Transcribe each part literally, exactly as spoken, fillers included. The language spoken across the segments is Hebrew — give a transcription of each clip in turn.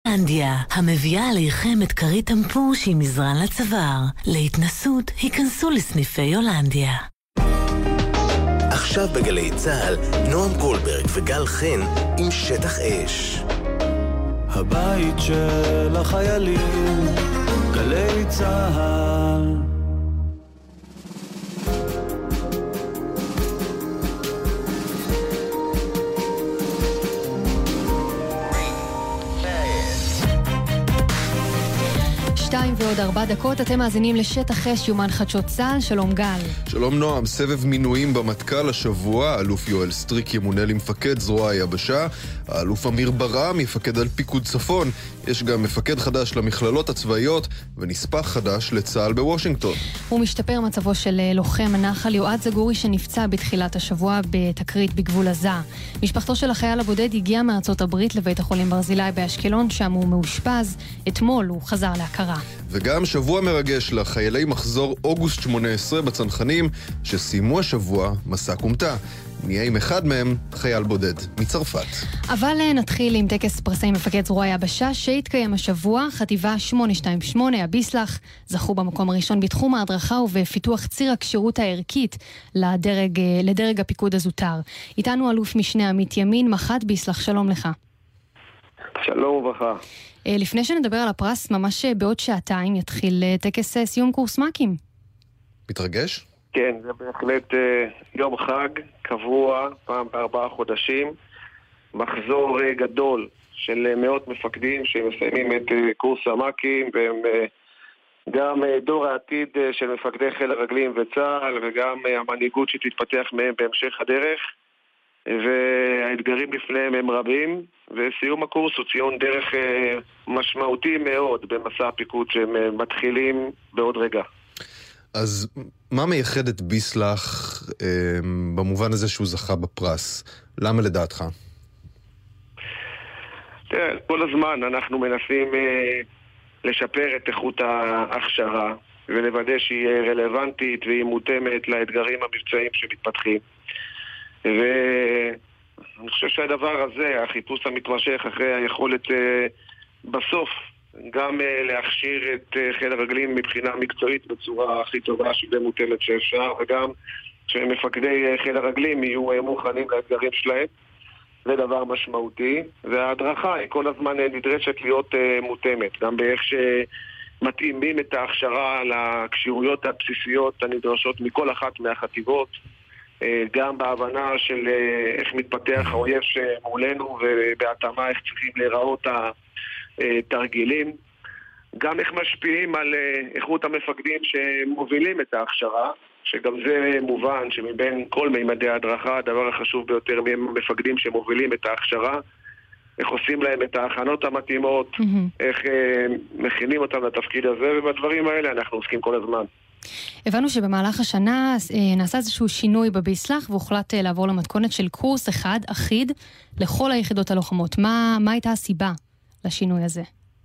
אנדיה, המביאה עליכם את קרית טמפור שהיא מזרן לצוואר. להתנסות, היכנסו לסניפי יולנדיה. עכשיו בגלי צהל, נועם גולדברג וגל חן עם שטח אש. הבית של החיילים, גלי צהל. שתיים ועוד ארבע דקות, אתם מאזינים לשטח אש, יומן חדשות צה"ל. שלום גל. שלום נועם. סבב מינויים במטכ"ל השבוע. האלוף יואל סטריק ימונה למפקד זרוע היבשה, האלוף אמיר ברם יפקד על פיקוד צפון, יש גם מפקד חדש למכללות הצבאיות ונספח חדש לצה"ל בוושינגטון. הוא משתפר מצבו של לוחם הנחל יועד זגורי שנפצע בתחילת השבוע בתקרית בגבול עזה. משפחתו של החייל הבודד הגיעה מארצות הברית לבית החולים ברזילי באשקלון, שם הוא מאושפז. אתמול הוא חזר להכרה. וגם שבוע מרגש לחיילי מחזור אוגוסט שמונה עשרה בצנחנים שסיימו השבוע מסע קומטה. נהיה עם אחד מהם חייל בודד מצרפת. אבל נתחיל עם טקס פרסי מפקד זרוע היבשה שהתקיים השבוע. חטיבה שמונה שתיים שמונה הביסלח זכו במקום הראשון בתחום ההדרכה ובפיתוח ציר הכשירות הערכית לדרג, לדרג הפיקוד הזוטר. איתנו אלוף משנה עמית ימין, מח"ט ביסלח, שלום לך. שלום וברכה. לפני שנדבר על הפרס, ממש בעוד שעתיים יתחיל טקס סיום קורס מ"כים. מתרגש? כן, זה בהחלט יום חג קבוע, פעם בארבעה חודשים, מחזור גדול של מאות מפקדים שמסיימים את קורס המ"כים, והם גם דור העתיד של מפקדי חיל הרגלים וצה"ל, וגם המנהיגות שתתפתח מהם בהמשך הדרך, והאתגרים לפניהם הם רבים, וסיום הקורס הוא ציון דרך משמעותי מאוד במסע הפיקוד שהם מתחילים בעוד רגע. אז מה מייחד את ביסלח אה, במובן הזה שהוא זכה בפרס? למה לדעתך? תראה, כל הזמן אנחנו מנסים אה, לשפר את איכות ההכשרה ולוודא שהיא רלוונטית והיא מותאמת לאתגרים המבצעיים שמתפתחים. ואני חושב שהדבר הזה, החיפוש המתמשך אחרי היכולת אה, בסוף גם להכשיר את חיל הרגלים מבחינה מקצועית בצורה הכי טובה שזה מותאמת שאפשר, וגם שמפקדי חיל הרגלים יהיו מוכנים לאתגרים שלהם. זה דבר משמעותי, וההדרכה היא כל הזמן נדרשת להיות מותאמת, גם באיך שמתאימים את ההכשרה לקשירויות הבסיסיות הנדרשות מכל אחת מהחטיבות, גם בהבנה של איך מתפתח האויב שמולנו ובהתאמה איך צריכים להיראות התרגילים, גם איך משפיעים על איכות המפקדים שמובילים את ההכשרה, שגם זה מובן שמבין כל מימדי ההדרכה הדבר החשוב ביותר הם המפקדים שמובילים את ההכשרה, איך עושים להם את ההכנות המתאימות, mm-hmm. איך מכינים אותם לתפקיד הזה, ובדברים האלה אנחנו עוסקים כל הזמן. הבנו שבמהלך השנה נעשה איזשהו שינוי בביסלח והוחלט לעבור למתכונת של קורס אחד אחיד לכל היחידות הלוחמות. מה, מה הייתה הסיבה לשינוי הזה?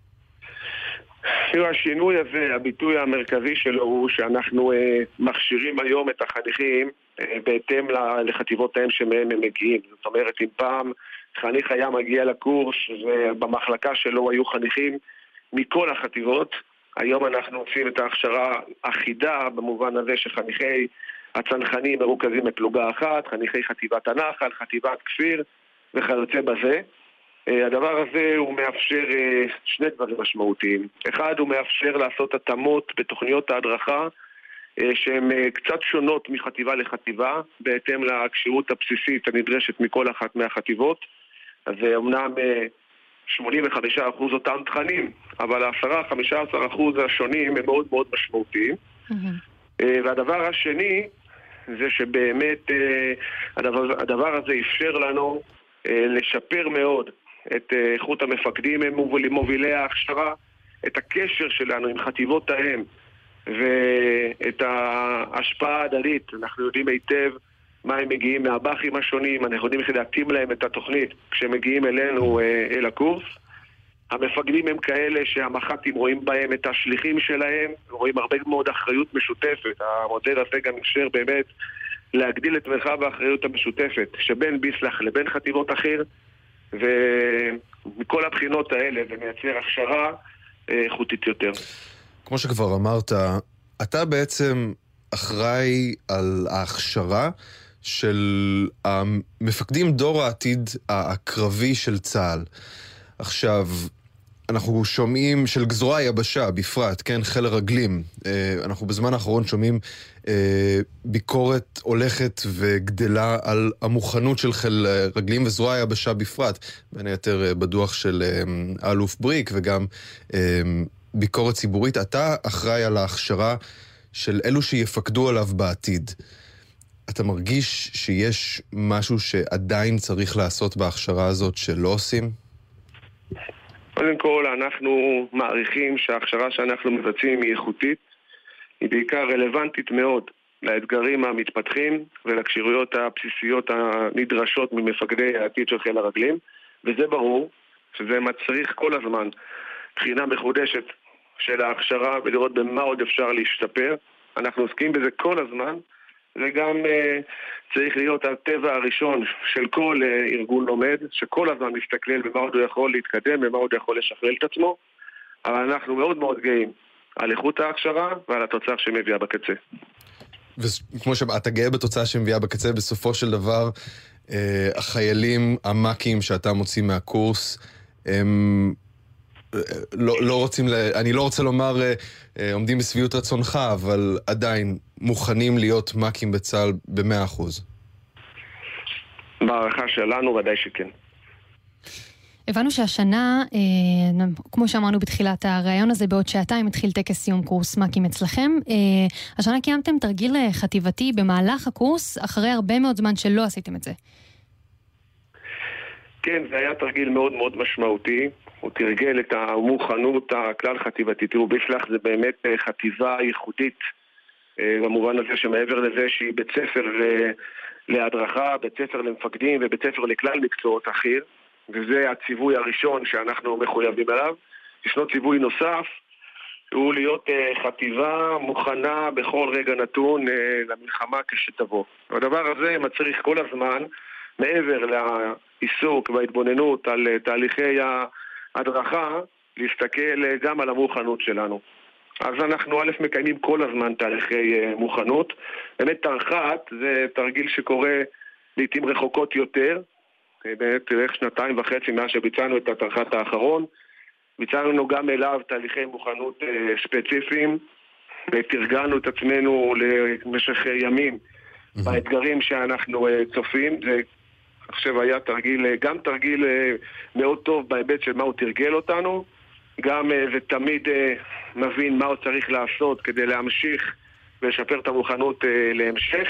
השינוי הזה, הביטוי המרכזי שלו הוא שאנחנו אה, מכשירים היום את החניכים אה, בהתאם לחטיבות האם שמהם הם מגיעים. זאת אומרת, אם פעם חניך היה מגיע לקורס ובמחלקה שלו היו חניכים מכל החטיבות, היום אנחנו עושים את ההכשרה אחידה במובן הזה שחניכי הצנחנים מרוכזים בפלוגה אחת, חניכי חטיבת הנחל, חטיבת כפיר וכיוצא בזה. הדבר הזה הוא מאפשר שני דברים משמעותיים. אחד, הוא מאפשר לעשות התאמות בתוכניות ההדרכה שהן קצת שונות מחטיבה לחטיבה בהתאם לקשירות הבסיסית הנדרשת מכל אחת מהחטיבות. אז אמנם שמונים וחמישה אחוז אותם תכנים, אבל עשרה עד חמישה עשר אחוז השונים הם מאוד מאוד משמעותיים. Mm-hmm. והדבר השני זה שבאמת הדבר, הדבר הזה אפשר לנו לשפר מאוד את איכות המפקדים, הם מובילי, מובילי ההכשרה, את הקשר שלנו עם חטיבות האם ואת ההשפעה ההדדית. אנחנו יודעים היטב מה הם מגיעים מהבחים השונים, אנחנו יודעים איך להתאים להם את התוכנית כשהם מגיעים אלינו אל הקורס. המפקדים הם כאלה שהמח"טים רואים בהם את השליחים שלהם, רואים הרבה מאוד אחריות משותפת. המודל הזה גם אפשר באמת להגדיל את מרחב האחריות המשותפת שבין ביסלח לבין חטיבות אחר, ומכל הבחינות האלה זה מייצר הכשרה איכותית יותר. כמו שכבר אמרת, אתה בעצם אחראי על ההכשרה של המפקדים דור העתיד הקרבי של צה"ל. עכשיו, אנחנו שומעים של גזרוע היבשה בפרט, כן, חיל הרגלים. אנחנו בזמן האחרון שומעים ביקורת הולכת וגדלה על המוכנות של חיל רגלים וזרוע היבשה בפרט. בין היתר בדוח של אלוף בריק וגם ביקורת ציבורית. אתה אחראי על ההכשרה של אלו שיפקדו עליו בעתיד. אתה מרגיש שיש משהו שעדיין צריך לעשות בהכשרה הזאת שלא עושים? קודם כל, אנחנו מעריכים שההכשרה שאנחנו מבצעים היא איכותית, היא בעיקר רלוונטית מאוד לאתגרים המתפתחים ולקשירויות הבסיסיות הנדרשות ממפקדי העתיד של חיל הרגלים, וזה ברור שזה מצריך כל הזמן בחינה מחודשת של ההכשרה ולראות במה עוד אפשר להשתפר. אנחנו עוסקים בזה כל הזמן, וגם uh, צריך להיות הטבע הראשון של כל uh, ארגון לומד, שכל הזמן מסתכל במה עוד הוא יכול להתקדם, במה עוד הוא יכול לשכלל את עצמו, אבל אנחנו מאוד מאוד גאים על איכות ההכשרה ועל התוצאה שמביאה בקצה. וכמו שאתה גאה בתוצאה שמביאה בקצה, בסופו של דבר uh, החיילים המאקים שאתה מוציא מהקורס הם לא, לא רוצים, אני לא רוצה לומר עומדים בסביעות רצונך, אבל עדיין מוכנים להיות מאקים בצה"ל במאה אחוז. בהערכה שלנו ודאי שכן. הבנו שהשנה, אה, כמו שאמרנו בתחילת הרעיון הזה, בעוד שעתיים התחיל טקס סיום קורס מאקים אצלכם. אה, השנה קיימתם תרגיל חטיבתי במהלך הקורס, אחרי הרבה מאוד זמן שלא עשיתם את זה. כן, זה היה תרגיל מאוד מאוד משמעותי. הוא תרגל את המוכנות הכלל חטיבתית. תראו, ביסלח זה באמת חטיבה ייחודית, במובן הזה שמעבר לזה שהיא בית ספר להדרכה, בית ספר למפקדים ובית ספר לכלל מקצועות אחר, וזה הציווי הראשון שאנחנו מחויבים עליו. ישנו ציווי נוסף, הוא להיות חטיבה מוכנה בכל רגע נתון למלחמה כשתבוא. הדבר הזה מצריך כל הזמן, מעבר לעיסוק וההתבוננות על תהליכי ההדרכה, להסתכל גם על המוכנות שלנו. אז אנחנו א' מקיימים כל הזמן תהליכי מוכנות. באמת תרח"ט זה תרגיל שקורה לעתים רחוקות יותר, באמת בערך שנתיים וחצי מאז שביצענו את התרח"ט האחרון. ביצענו גם אליו תהליכי מוכנות ספציפיים, ותרגלנו את עצמנו למשך ימים באתגרים שאנחנו צופים. זה עכשיו היה תרגיל, גם תרגיל מאוד טוב בהיבט של מה הוא תרגל אותנו, גם ותמיד מבין מה הוא צריך לעשות כדי להמשיך ולשפר את המוכנות להמשך,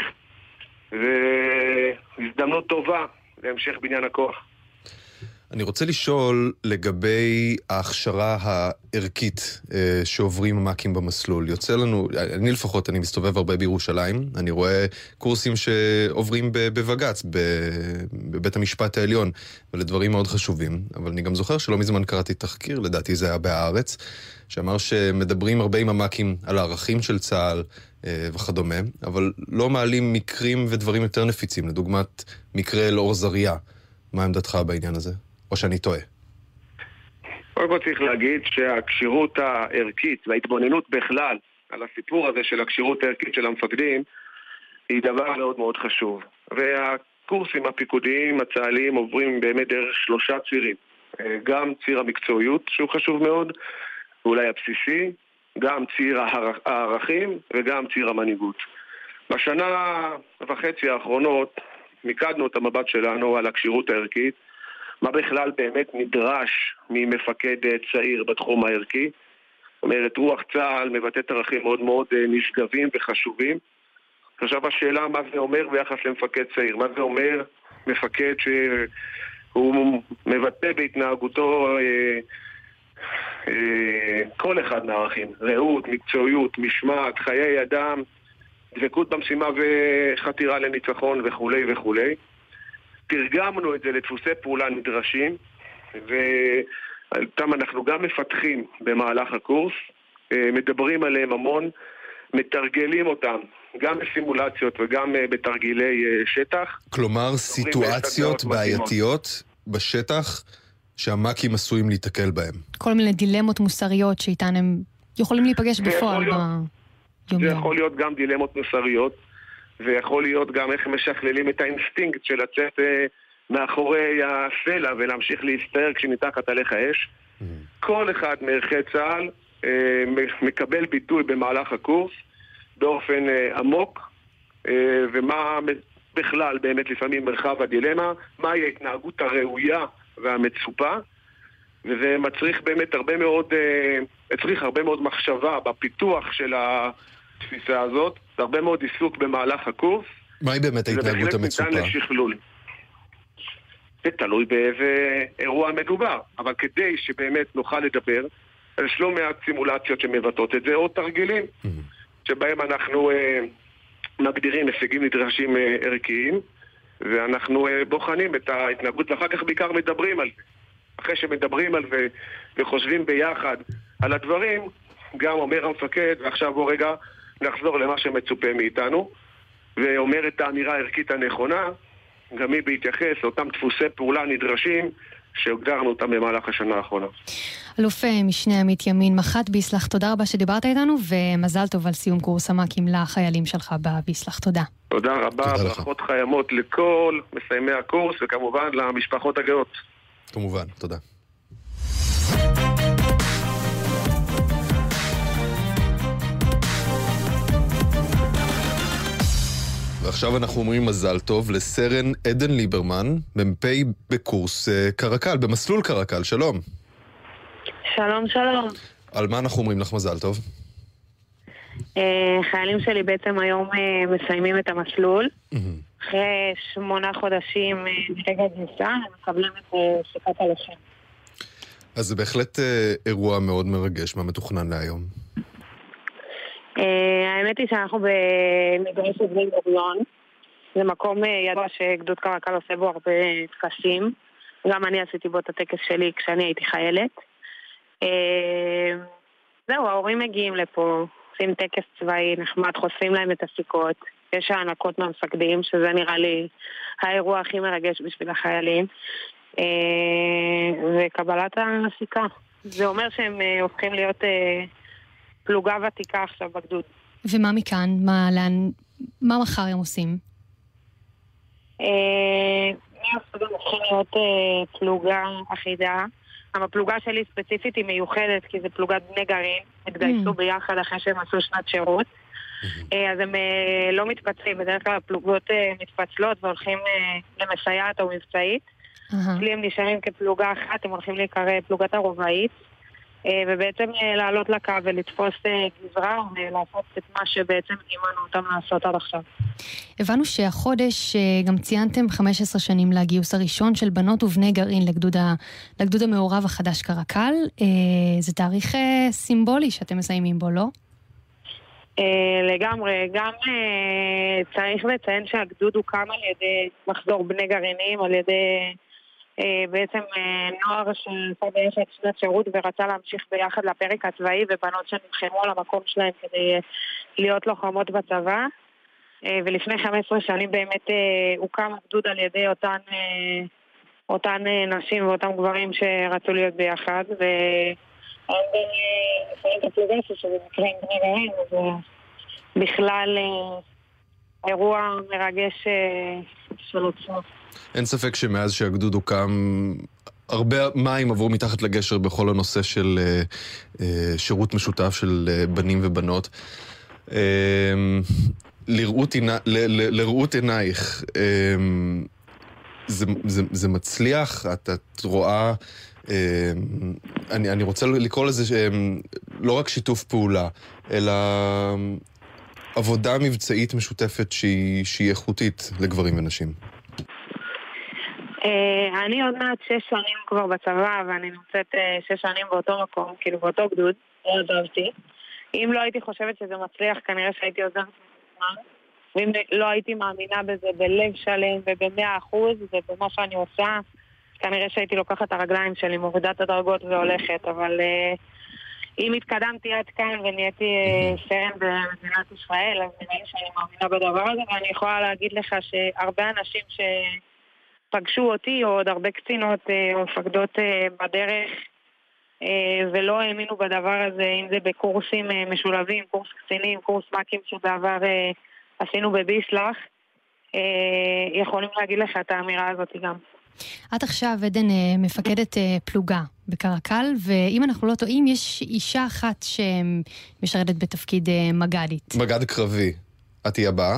והזדמנות טובה להמשך בניין הכוח. אני רוצה לשאול לגבי ההכשרה הערכית שעוברים המאקים במסלול. יוצא לנו, אני לפחות, אני מסתובב הרבה בירושלים, אני רואה קורסים שעוברים בבג"ץ, בבית המשפט העליון, ולדברים מאוד חשובים, אבל אני גם זוכר שלא מזמן קראתי תחקיר, לדעתי זה היה בהארץ, שאמר שמדברים הרבה עם המאקים על הערכים של צה"ל וכדומה, אבל לא מעלים מקרים ודברים יותר נפיצים, לדוגמת מקרה אלאור זריה. מה עמדתך בעניין הזה? או שאני טועה? קודם כל צריך להגיד שהקשירות הערכית וההתבוננות בכלל על הסיפור הזה של הקשירות הערכית של המפקדים היא דבר מאוד מאוד חשוב. והקורסים הפיקודיים הצה"ליים עוברים באמת דרך שלושה צירים. גם ציר המקצועיות שהוא חשוב מאוד, ואולי הבסיסי, גם ציר הערכים וגם ציר המנהיגות. בשנה וחצי האחרונות מיקדנו את המבט שלנו על הקשירות הערכית, מה בכלל באמת נדרש ממפקד צעיר בתחום הערכי. זאת אומרת, רוח צה"ל מבטאת ערכים מאוד מאוד נשגבים וחשובים. עכשיו השאלה מה זה אומר ביחס למפקד צעיר, מה זה אומר מפקד שהוא מבטא בהתנהגותו אה, אה, כל אחד מהערכים, ראות, מקצועיות, משמעת, חיי אדם, דבקות במשימה וחתירה לניצחון וכולי וכולי. תרגמנו את זה לדפוסי פעולה נדרשים, ואיתם אנחנו גם מפתחים במהלך הקורס, מדברים עליהם המון, מתרגלים אותם, גם בסימולציות וגם בתרגילי שטח. כלומר, סיטואציות בעייתיות בשטח שהמאקים עשויים להתקל בהם. כל מיני דילמות מוסריות שאיתן הם יכולים להיפגש בפועל ביום יום. זה יכול להיות גם דילמות מוסריות, ויכול להיות גם איך משכללים את האינסטינקט של לצאת אה, מאחורי הסלע ולהמשיך להסתער כשנתחת עליך אש. Mm-hmm. כל אחד מערכי צה"ל אה, מקבל ביטוי במהלך הקורס באופן אה, עמוק, אה, ומה בכלל באמת לפעמים מרחב הדילמה, מהי ההתנהגות הראויה והמצופה, וזה מצריך באמת הרבה מאוד, אה, צריך הרבה מאוד מחשבה בפיתוח של התפיסה הזאת, הרבה מאוד עיסוק במהלך הקורס. מהי באמת ההתנהגות המצופה? זה בהחלט ניתן לשכלול. זה תלוי באיזה אירוע מדובר, אבל כדי שבאמת נוכל לדבר, יש לא מעט סימולציות שמבטאות את זה, או תרגילים, mm-hmm. שבהם אנחנו אה, מגדירים הישגים נדרשים אה, ערכיים, ואנחנו אה, בוחנים את ההתנהגות, ואחר כך בעיקר מדברים על זה. אחרי שמדברים על זה וחושבים ביחד על הדברים, גם אומר המפקד, ועכשיו בוא רגע נחזור למה שמצופה מאיתנו, ואומר את האמירה הערכית הנכונה, גם היא בהתייחס לאותם דפוסי פעולה נדרשים שהוגדרנו אותם במהלך השנה האחרונה. אלוף משנה עמית ימין, מח"ט ביסלח, תודה רבה שדיברת איתנו, ומזל טוב על סיום קורס המ"כים לחיילים שלך בביסלח. תודה. תודה רבה, ברכות חיימות לכל מסיימי הקורס, וכמובן למשפחות הגאות. כמובן, תודה. ועכשיו אנחנו אומרים מזל טוב לסרן עדן ליברמן, מ"פ בקורס קרקל, במסלול קרקל. שלום. שלום, שלום. על מה אנחנו אומרים לך מזל טוב? חיילים שלי בעצם היום מסיימים את המסלול. אחרי שמונה חודשים מרגע גיוסה, הם מקבלים את סיכת הלוחם. אז זה בהחלט אירוע מאוד מרגש. מה מתוכנן להיום? האמת היא שאנחנו במדרשת בן גוריון. זה מקום ידוע שגדוד קרקל עושה בו הרבה טקסים. גם אני עשיתי בו את הטקס שלי כשאני הייתי חיילת. זהו, ההורים מגיעים לפה, עושים טקס צבאי נחמד, חושפים להם את הסיכות. יש הענקות מהמפקדים, שזה נראה לי האירוע הכי מרגש בשביל החיילים. וקבלת הסיכה. זה אומר שהם הופכים להיות פלוגה ותיקה עכשיו בגדוד. ומה מכאן? מה, לאן, מה מחר הם עושים? הם הופכים להיות פלוגה אחידה. הפלוגה שלי ספציפית היא מיוחדת, כי זה פלוגת בני גרעין. התגייסו ביחד אחרי שהם עשו שנת שירות. אז הם לא מתפצלים, בדרך כלל הפלוגות מתפצלות והולכים למסייעת או מבצעית. אצלי הם נשארים כפלוגה אחת, הם הולכים להיקרא פלוגת הרובעית, ובעצם לעלות לקו ולתפוס גזרה ולעשות את מה שבעצם אימנו אותם לעשות עד עכשיו. הבנו שהחודש גם ציינתם חמש עשרה שנים לגיוס הראשון של בנות ובני גרעין לגדוד, ה... לגדוד המעורב החדש קרקל. זה תאריך סימבולי שאתם מסיימים בו, לא? לגמרי, גם צריך לציין שהגדוד הוקם על ידי מחזור בני גרעינים, על ידי בעצם נוער שעשה ביחד שנת שירות ורצה להמשיך ביחד לפרק הצבאי, ובנות שנבחנו על המקום שלהם כדי להיות לוחמות בצבא. ולפני חמש עשרה שנים באמת הוקם הגדוד על ידי אותן, אותן נשים ואותם גברים שרצו להיות ביחד, ו... הם לפעמים כפלוגסו שבמקרה עם בני גרעין, זה בכלל אירוע מרגש של עצמו. אין ספק שמאז שהגדוד הוקם, הרבה מים עברו מתחת לגשר בכל הנושא של שירות משותף של בנים ובנות. לראות עינייך, זה, זה, זה מצליח? את, את רואה... אני, אני רוצה לקרוא לזה שהם לא רק שיתוף פעולה, אלא עבודה מבצעית משותפת שהיא, שהיא איכותית לגברים ונשים. אני עוד מעט שש שנים כבר בצבא, ואני נמצאת שש שנים באותו מקום, כאילו באותו גדוד, לא עזבתי. אם לא הייתי חושבת שזה מצליח, כנראה שהייתי עוזרת מזמן. ואם לא הייתי מאמינה בזה בלב שלם ובמאה אחוז, ובמה שאני עושה, כנראה שהייתי לוקחת את הרגליים שלי, מורידה את הדרגות והולכת, אבל uh, אם התקדמתי עד כאן ונהייתי uh, סרן במדינת ישראל, אז נראה לי שאני מאמינה בדבר הזה, ואני יכולה להגיד לך שהרבה אנשים פגשו אותי או עוד הרבה קצינות או מפקדות בדרך ולא האמינו בדבר הזה, אם זה בקורסים משולבים, קורס קצינים, קורס מקים שבעבר עשינו בביסלח, יכולים להגיד לך את האמירה הזאת גם. את עכשיו, עדן, מפקדת פלוגה בקרקל, ואם אנחנו לא טועים, יש אישה אחת שמשרתת בתפקיד מג"דית. מג"ד קרבי. את היא הבאה?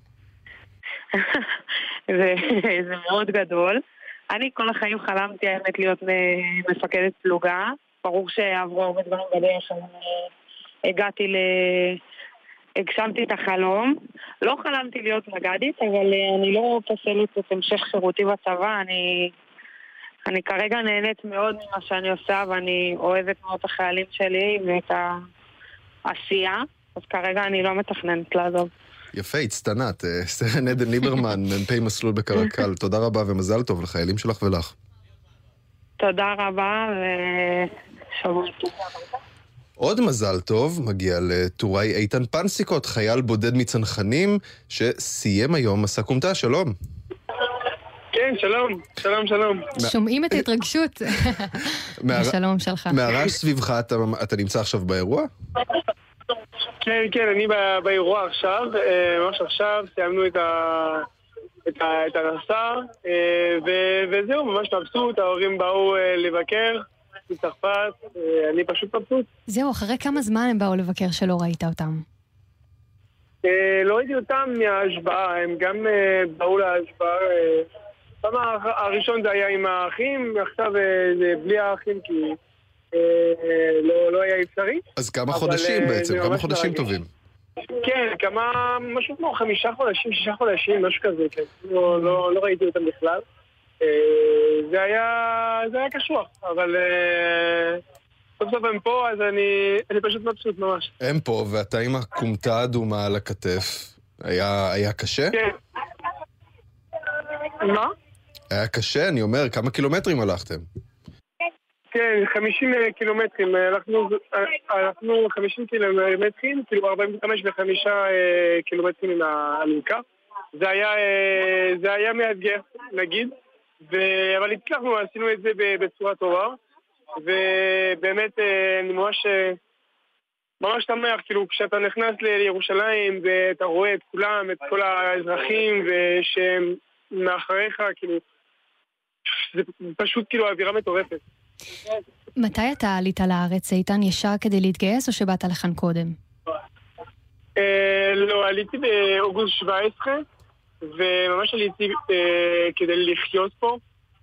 זה, זה מאוד גדול. אני כל החיים חלמתי האמת להיות מפקדת פלוגה. ברור שעברו הרבה דברים בדרך, הגעתי ל... הגשמתי את החלום. לא חלמתי להיות מג"דית, אבל אני לא פוסלת את המשך שירותי בצבא. אני, אני כרגע נהנית מאוד ממה שאני עושה, ואני אוהבת מאוד את החיילים שלי ואת העשייה. אז כרגע אני לא מתכננת לעזוב. יפה, הצטנת. סרן עדן ליברמן, מ"פ מסלול בקרקל. תודה רבה ומזל טוב לחיילים שלך ולך. תודה רבה ושבוע טוב. עוד מזל טוב מגיע לטוראי איתן פנסיקות, חייל בודד מצנחנים שסיים היום מסע כומתה. שלום. כן, שלום. שלום, שלום. שומעים את ההתרגשות. שלום שלך. מהרעש סביבך, אתה, אתה נמצא עכשיו באירוע? כן, כן, אני באירוע עכשיו, ממש עכשיו, סיימנו את ה... את, ה... את הנסע, ו... וזהו, ממש מבסוט, ההורים באו לבקר, מצרפת, אני פשוט מבסוט. זהו, אחרי כמה זמן הם באו לבקר שלא ראית אותם? לא ראיתי אותם מההשבעה, הם גם באו להשבעה, פעם הראשון זה היה עם האחים, עכשיו זה בלי האחים כי... לא, לא היה אפשרי. אז כמה חודשים בעצם, כמה חודשים טובים. כן, כמה, משהו כמו חמישה חודשים, שישה חודשים, משהו כזה, כן. לא, לא, לא ראיתי אותם בכלל. זה היה, זה היה קשוח, אבל סוף סוף הם פה, אז אני, אני פשוט מבסוט ממש. הם פה, ואתה עם הכומתה האדומה על הכתף. היה, היה קשה? כן. מה? היה קשה, אני אומר, כמה קילומטרים הלכתם? כן, חמישים קילומטרים, הלכנו, הלכנו חמישים קילומטרים, כאילו ארבעים וחמישה וחמישה קילומטרים עם האלונקה. זה היה, זה היה מאתגר, נגיד, ו... אבל הצלחנו, עשינו את זה בצורה טובה, ובאמת אני ממש, ממש שמח, כאילו כשאתה נכנס לירושלים ואתה רואה את כולם, את כל האזרחים ושהם מאחריך, כאילו, זה פשוט כאילו אווירה מטורפת. מתי אתה עלית לארץ, איתן, ישר כדי להתגייס או שבאת לכאן קודם? לא, עליתי באוגוסט שבע עשרה וממש עליתי כדי לחיות פה,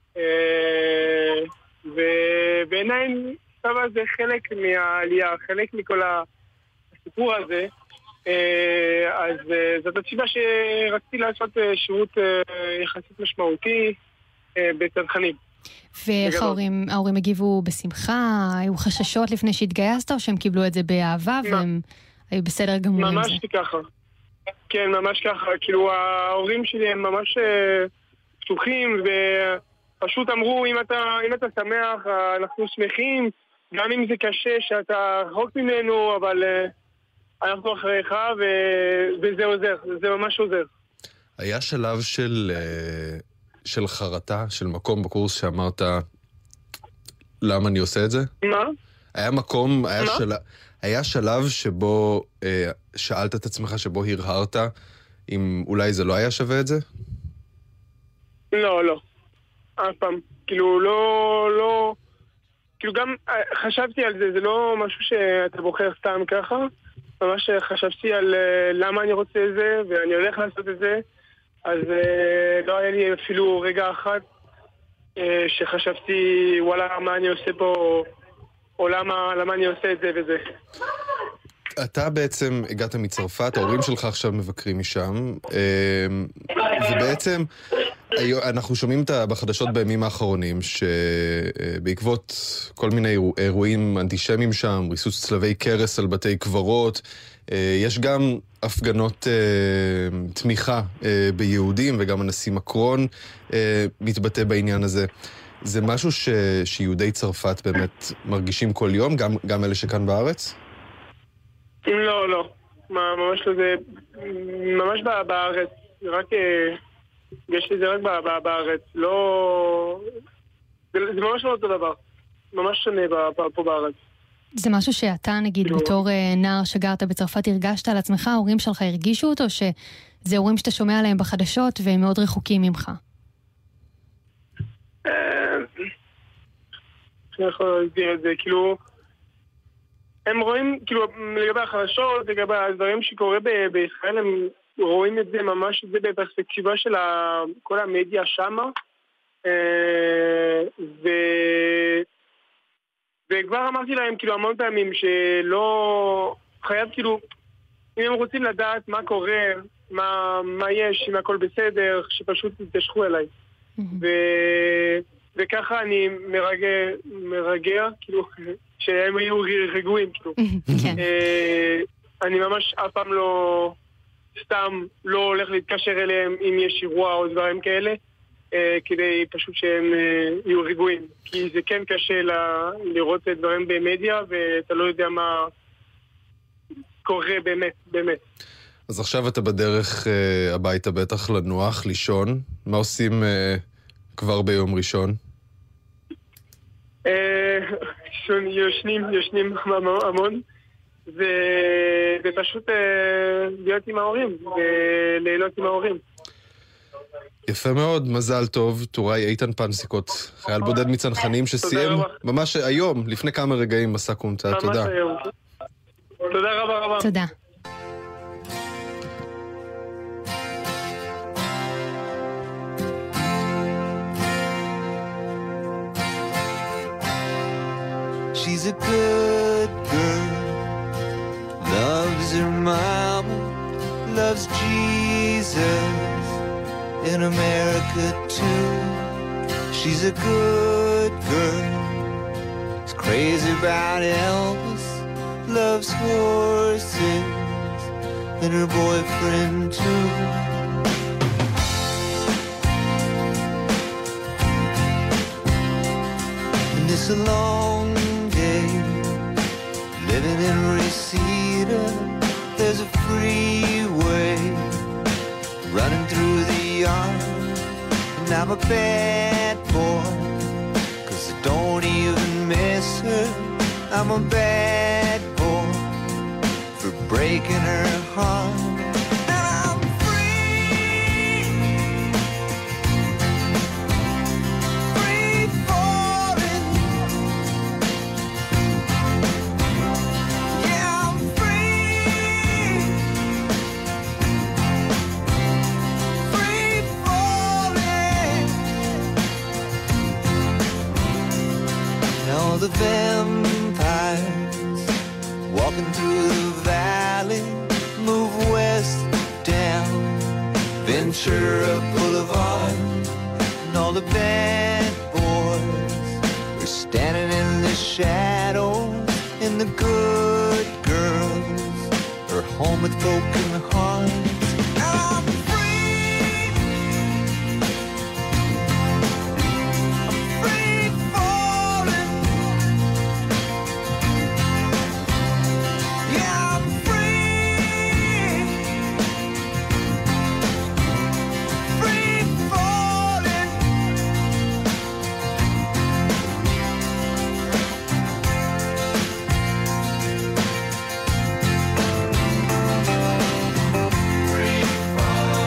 ובעיניי סבא זה חלק מהעלייה, חלק מכל הסיפור הזה. אז זאת הסיבה שרציתי לעשות שירות יחסית משמעותי בצנחנים. ואיך ההורים, ההורים הגיבו בשמחה? היו חששות לפני שהתגייסת או שהם קיבלו את זה באהבה והם היו בסדר גמור עם זה? ממש ככה. כן, ממש ככה. כאילו ההורים שלי הם ממש פתוחים ופשוט אמרו אם אתה, אם אתה שמח אנחנו שמחים, גם אם זה קשה שאתה רחוק ממנו, אבל אנחנו אחריך ו... וזה עוזר, זה ממש עוזר. היה שלב של... של חרטה, של מקום בקורס שאמרת למה אני עושה את זה? מה? היה מקום, היה, של... היה שלב שבו אה, שאלת את עצמך, שבו הרהרת אם אולי זה לא היה שווה את זה? לא, לא. אף פעם. כאילו לא, לא... כאילו גם חשבתי על זה, זה לא משהו שאתה בוחר סתם ככה. ממש חשבתי על למה אני רוצה את זה ואני הולך לעשות את זה. אז uh, לא היה לי אפילו רגע אחד uh, שחשבתי וואלה מה אני עושה פה או למה, למה אני עושה את זה וזה. אתה בעצם הגעת מצרפת, ההורים שלך עכשיו מבקרים משם, ובעצם אנחנו שומעים בחדשות בימים האחרונים שבעקבות כל מיני אירועים אנטישמיים שם, ריסוס צלבי קרס על בתי קברות, יש גם הפגנות תמיכה ביהודים, וגם הנשיא מקרון מתבטא בעניין הזה. זה משהו ש... שיהודי צרפת באמת מרגישים כל יום, גם, גם אלה שכאן בארץ? לא, לא. ממש לא זה... ממש בארץ. רק יש לי זה רק בארץ, לא... זה ממש לא אותו דבר. ממש שונה פה בארץ. זה משהו שאתה, נגיד, בתור נער שגרת בצרפת, הרגשת על עצמך, ההורים שלך הרגישו אותו, שזה הורים שאתה שומע עליהם בחדשות, והם מאוד רחוקים ממך? אני יכול להסביר את זה, כאילו... הם רואים, כאילו, לגבי החדשות, לגבי הדברים שקורה בישראל, הם רואים את זה ממש, את זה בפרספקטיבה של כל המדיה שמה, ו... וכבר אמרתי להם, כאילו, המון פעמים שלא... חייב, כאילו, אם הם רוצים לדעת מה קורה, מה, מה יש, אם הכל בסדר, שפשוט תתשכו אליי. ו... וככה אני מרגע, מרגע, כאילו, שהם היו רגועים, כאילו. אני ממש אף פעם לא, סתם לא הולך להתקשר אליהם אם יש אירוע או דברים כאלה, כדי פשוט שהם יהיו רגועים. כי זה כן קשה לראות דברים במדיה, ואתה לא יודע מה קורה באמת, באמת. אז עכשיו אתה בדרך הביתה בטח לנוח, לישון. מה עושים כבר ביום ראשון? יושנים, יושנים המון, ופשוט להיות עם ההורים, ולילות עם ההורים. יפה מאוד, מזל טוב. טוראי איתן פנסיקות, חייל בודד מצנחנים שסיים ממש היום, לפני כמה רגעים, מסע קומטה. תודה. תודה רבה רבה. תודה. She's a good girl, loves her mama, loves Jesus, in America too. She's a good girl, is crazy about Elvis, loves horses, and her boyfriend too. And it's a long living in Reseda, there's a freeway running through the yard. And I'm a bad boy, cause I don't even miss her. I'm a bad boy for breaking her heart. The vampires walking through the valley move west down Ventura Boulevard, and all the bad boys are standing in the shadows, and the good girls are home with broken hearts. Free fall.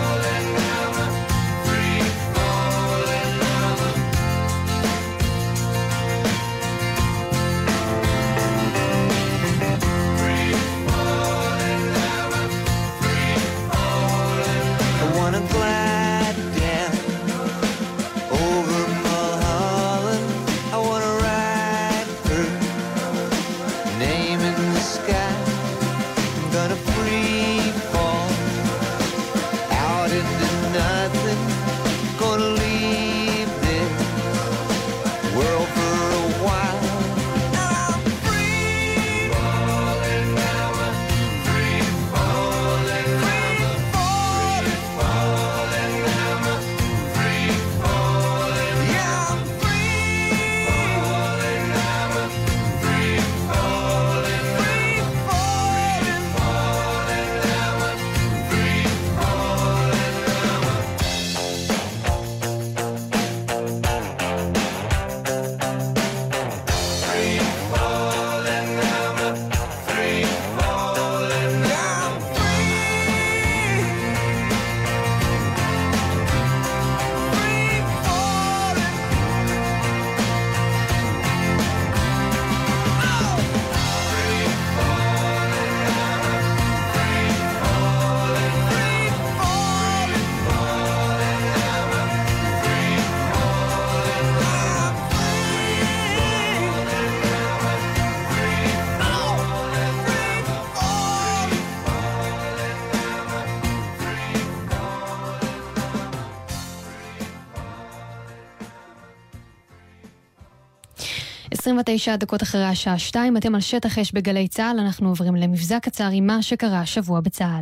עשרים ותשע דקות אחרי השעה שתיים, אתם על שטח אש בגלי צהל, אנחנו עוברים למבזק קצר עם מה שקרה השבוע בצהל.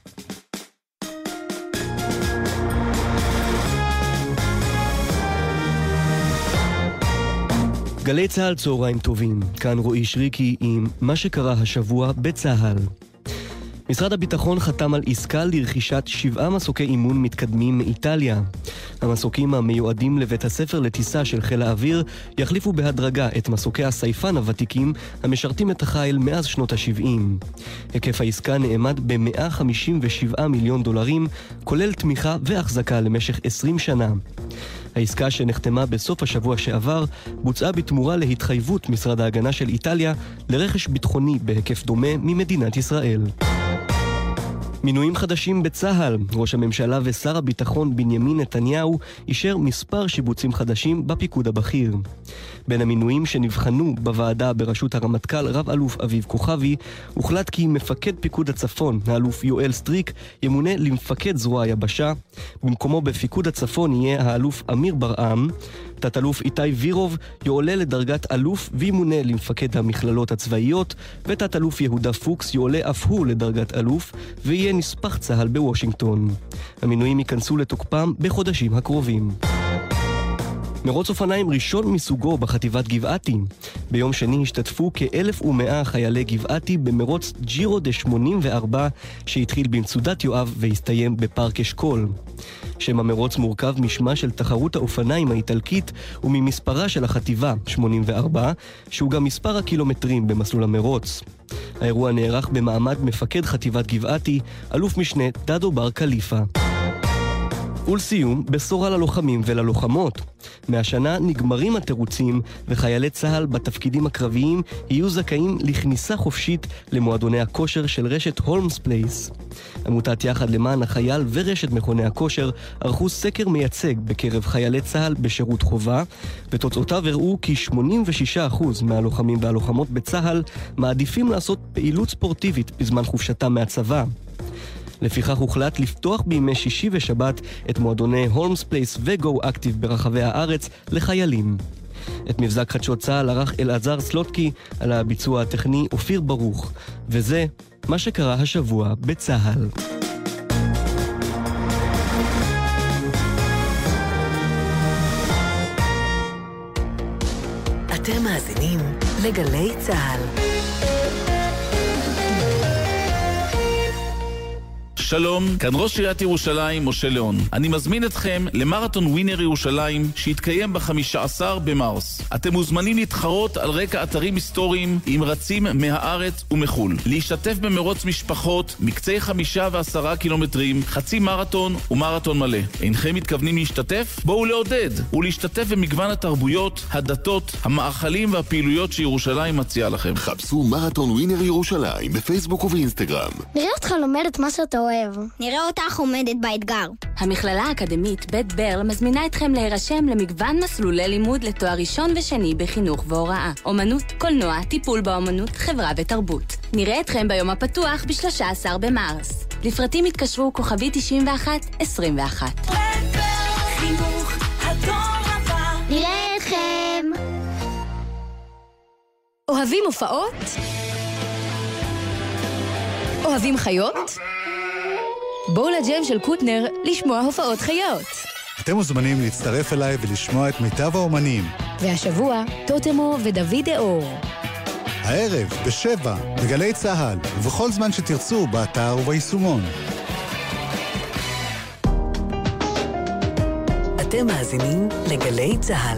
גלי צהל צהריים טובים, כאן רועי שריקי עם מה שקרה השבוע בצהל. משרד הביטחון חתם על עסקה לרכישת שבעה מסוקי אימון מתקדמים מאיטליה. המסוקים המיועדים לבית הספר לטיסה של חיל האוויר יחליפו בהדרגה את מסוקי הסייפן הוותיקים המשרתים את החיל מאז שנות ה-שבעים. היקף העסקה נאמד ב-מאה חמישים ושבעה מיליון דולרים, כולל תמיכה והחזקה למשך עשרים שנה. העסקה שנחתמה בסוף השבוע שעבר בוצעה בתמורה להתחייבות משרד ההגנה של איטליה לרכש ביטחוני בהיקף דומה ממדינת ישראל. מינויים חדשים בצהל. ראש הממשלה ושר הביטחון בנימין נתניהו אישר מספר שיבוצים חדשים בפיקוד הבכיר. בין המינויים שנבחנו בוועדה בראשות הרמטכ"ל רב אלוף אביב כוכבי, הוחלט כי מפקד פיקוד הצפון, האלוף יואל סטריק, ימונה למפקד זרוע היבשה. במקומו בפיקוד הצפון יהיה האלוף אמיר ברעם. תת-אלוף איתי וירוב יועלה לדרגת אלוף וימונה למפקד המכללות הצבאיות, ותת-אלוף יהודה פוקס יועלה אף הוא לדרגת אלוף ויהיה נספח צהל בוושינגטון. המינויים ייכנסו לתוקפם בחודשים הקרובים. מרוץ אופניים ראשון מסוגו בחטיבת גבעתי. ביום שני השתתפו כ-אלף ומאה חיילי גבעתי במרוץ ג'ירו דה שמונים וארבע שהתחיל במצודת יואב והסתיים בפארק אשכול. שם המרוץ מורכב משמה של תחרות האופניים האיטלקית וממספרה של החטיבה שמונים וארבע, שהוא גם מספר הקילומטרים במסלול המרוץ. האירוע נערך במעמד מפקד חטיבת גבעתי, אלוף משנה דדו בר קליפה. ולסיום, בשורה ללוחמים וללוחמות. מהשנה נגמרים התירוצים, וחיילי צהל בתפקידים הקרביים יהיו זכאים לכניסה חופשית למועדוני הכושר של רשת הולמס פלייס. עמותת יחד למען החייל ורשת מכוני הכושר ערכו סקר מייצג בקרב חיילי צהל בשירות חובה, ותוצאותיו הראו כי שמונים ושישה אחוז מהלוחמים והלוחמות בצהל מעדיפים לעשות פעילות ספורטיבית בזמן חופשתם מהצבא. לפיכך הוחלט לפתוח בימי שישי ושבת את מועדוני הולמס פלייס וגו אקטיב ברחבי הארץ לחיילים. את מבזק חדשות צהל ערך אלעזר סלוטקי, על הביצוע הטכני אופיר ברוך, וזה מה שקרה השבוע בצהל. אתם מאזינים לגלי צהל. שלום, כאן ראש עיריית ירושלים, משה ליאון. אני מזמין אתכם למרתון ווינר ירושלים, שיתקיים ב-חמישה עשר במרס. אתם מוזמנים להתחרות על רקע אתרים היסטוריים עם רצים מהארץ ומחול. להשתתף במרוץ משפחות, מקצי חמישה ועשרה קילומטרים, חצי מרתון ומרתון מלא. אינכם מתכוונים להשתתף? בואו לעודד ולהשתתף במגוון התרבויות, הדתות, המאכלים והפעילויות שירושלים מציעה לכם. חפשו מרתון ווינר ירושלים בפייסבוק ובאינסטגרם. נראה אותך לומדת מה שאתה אוהב. נראה אותך עומדת באתגר. המכללה האקדמית בית ברל מזמינה אתכם להירשם למגוון מסלולי לימוד לתואר ראשון ושני בחינוך והוראה, אומנות, קולנוע, טיפול באומנות, חברה ותרבות. נראה אתכם ביום הפתוח ב-שלושה עשר במרס. לפרטים התקשרו כוכבי תשעים ואחת עשרים ואחת. בית ברל, חינוך הדור הבא. נראה אתכם. אוהבים הופעות? אוהבים חיות? בואו לג'ם של קוטנר לשמוע הופעות חיות. אתם מוזמנים להצטרף אליי ולשמוע את מיטב האומנים. והשבוע, טוטמו ודוד אור. הערב, בשבע, בגלי צהל, ובכל זמן שתרצו, באתר וביישומון. אתם מאזינים לגלי צהל.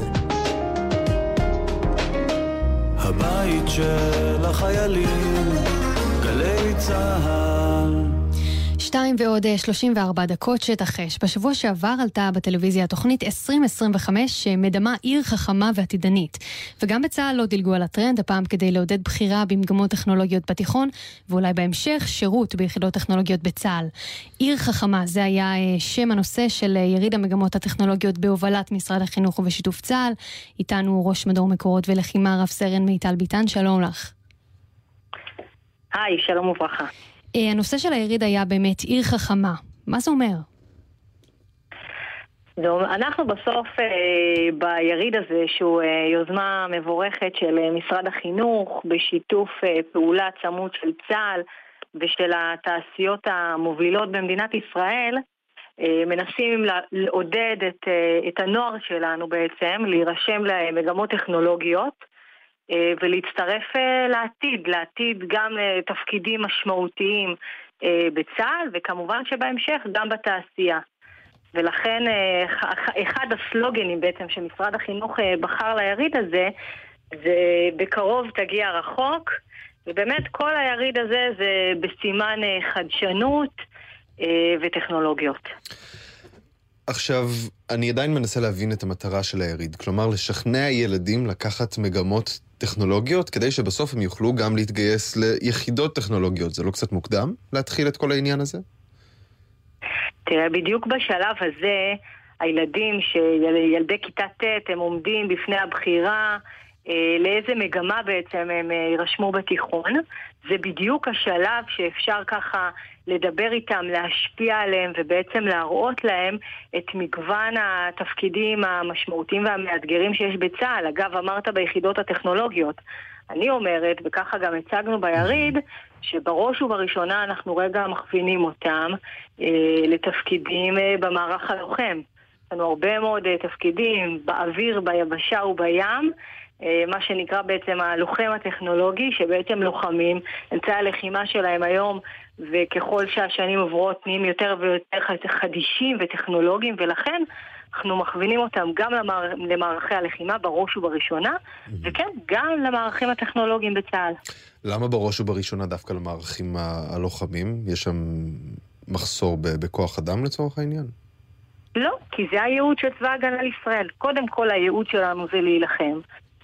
הבית של החיילים, גלי צהל. שתיים ועוד שלושים וארבע דקות שטח אש. בשבוע שעבר עלתה בטלוויזיה התוכנית עשרים עשרים וחמש שמדמה עיר חכמה ועתידנית. וגם בצהל לא דילגו על הטרנד, הפעם כדי לעודד בחירה במגמות טכנולוגיות בתיכון, ואולי בהמשך שירות ביחידות טכנולוגיות בצהל. עיר חכמה, זה היה שם הנושא של יריד המגמות הטכנולוגיות בהובלת משרד החינוך ובשיתוף צהל. איתנו ראש מדור מקורות ולחימה רב סרן מיטל ביטן, שלום לך. היי, שלום וברכה. הנושא של היריד היה באמת עיר חכמה. מה זה אומר? אנחנו בסוף ביריד הזה, שהוא יוזמה מבורכת של משרד החינוך, בשיתוף פעולה צמוד של צה"ל ושל התעשיות המובילות במדינת ישראל, מנסים לעודד את, את הנוער שלנו בעצם, להירשם למגמות טכנולוגיות ולהצטרף לעתיד, לעתיד גם לתפקידים משמעותיים בצה"ל, וכמובן שבהמשך גם בתעשייה. ולכן אחד הסלוגנים בעצם שמשרד החינוך בחר ליריד הזה, זה בקרוב תגיע רחוק, ובאמת כל היריד הזה זה בסימן חדשנות וטכנולוגיות. עכשיו, אני עדיין מנסה להבין את המטרה של היריד, כלומר לשכנע ילדים לקחת מגמות טכנולוגיות, כדי שבסוף הם יוכלו גם להתגייס ליחידות טכנולוגיות. זה לא קצת מוקדם להתחיל את כל העניין הזה? תראה, בדיוק בשלב הזה, הילדים שילדי כיתה ט' הם עומדים בפני הבחירה, לאיזה מגמה בעצם הם יירשמו בתיכון. זה בדיוק השלב שאפשר ככה לדבר איתם, להשפיע עליהם ובעצם להראות להם את מגוון התפקידים המשמעותיים והמאתגרים שיש בצה"ל. אגב, אמרת ביחידות הטכנולוגיות. אני אומרת, וככה גם הצגנו ביריד, שבראש ובראשונה אנחנו רגע מכווינים אותם אה, לתפקידים אה, במערך הלוחם. יש לנו הרבה מאוד אה, תפקידים באוויר, ביבשה ובים, מה שנקרא בעצם הלוחם הטכנולוגי, שבעצם לוחמים, אמצעי הלחימה שלהם היום, וככל שהשנים עוברות נהיים יותר ויותר חדישים וטכנולוגיים, ולכן אנחנו מכווינים אותם גם למער... למערכי הלחימה בראש ובראשונה, mm-hmm. וכן, גם למערכים הטכנולוגיים בצה"ל. למה בראש ובראשונה דווקא למערכים הלוחמים? יש שם מחסור ב... בכוח אדם לצורך העניין? לא, כי זה הייעוד של צבא הגנה לישראל. קודם כל הייעוד שלנו זה להילחם.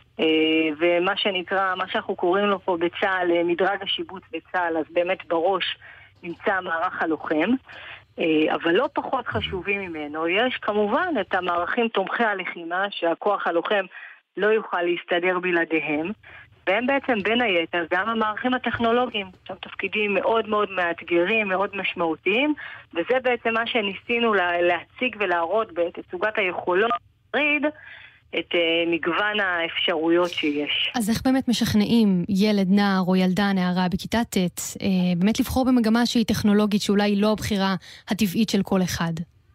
ומה שנקרא, מה שאנחנו קוראים לו פה בצה"ל, מדרג השיבוץ בצה"ל, אז באמת בראש נמצא מערך הלוחם, אבל לא פחות חשובים ממנו. יש כמובן את המערכים תומכי הלחימה, שהכוח הלוחם לא יוכל להסתדר בלעדיהם, והם בעצם בין היתר גם המערכים הטכנולוגיים, שם תפקידים מאוד מאוד מאתגרים, מאוד משמעותיים, וזה בעצם מה שניסינו להציג ולהראות בתצוגת היכולות ריד, את uh, מגוון האפשרויות שיש. אז איך באמת משכנעים ילד, נער או ילדה, נערה בכיתה ט' uh, באמת לבחור במגמה שהיא טכנולוגית, שאולי היא לא הבחירה הטבעית של כל אחד?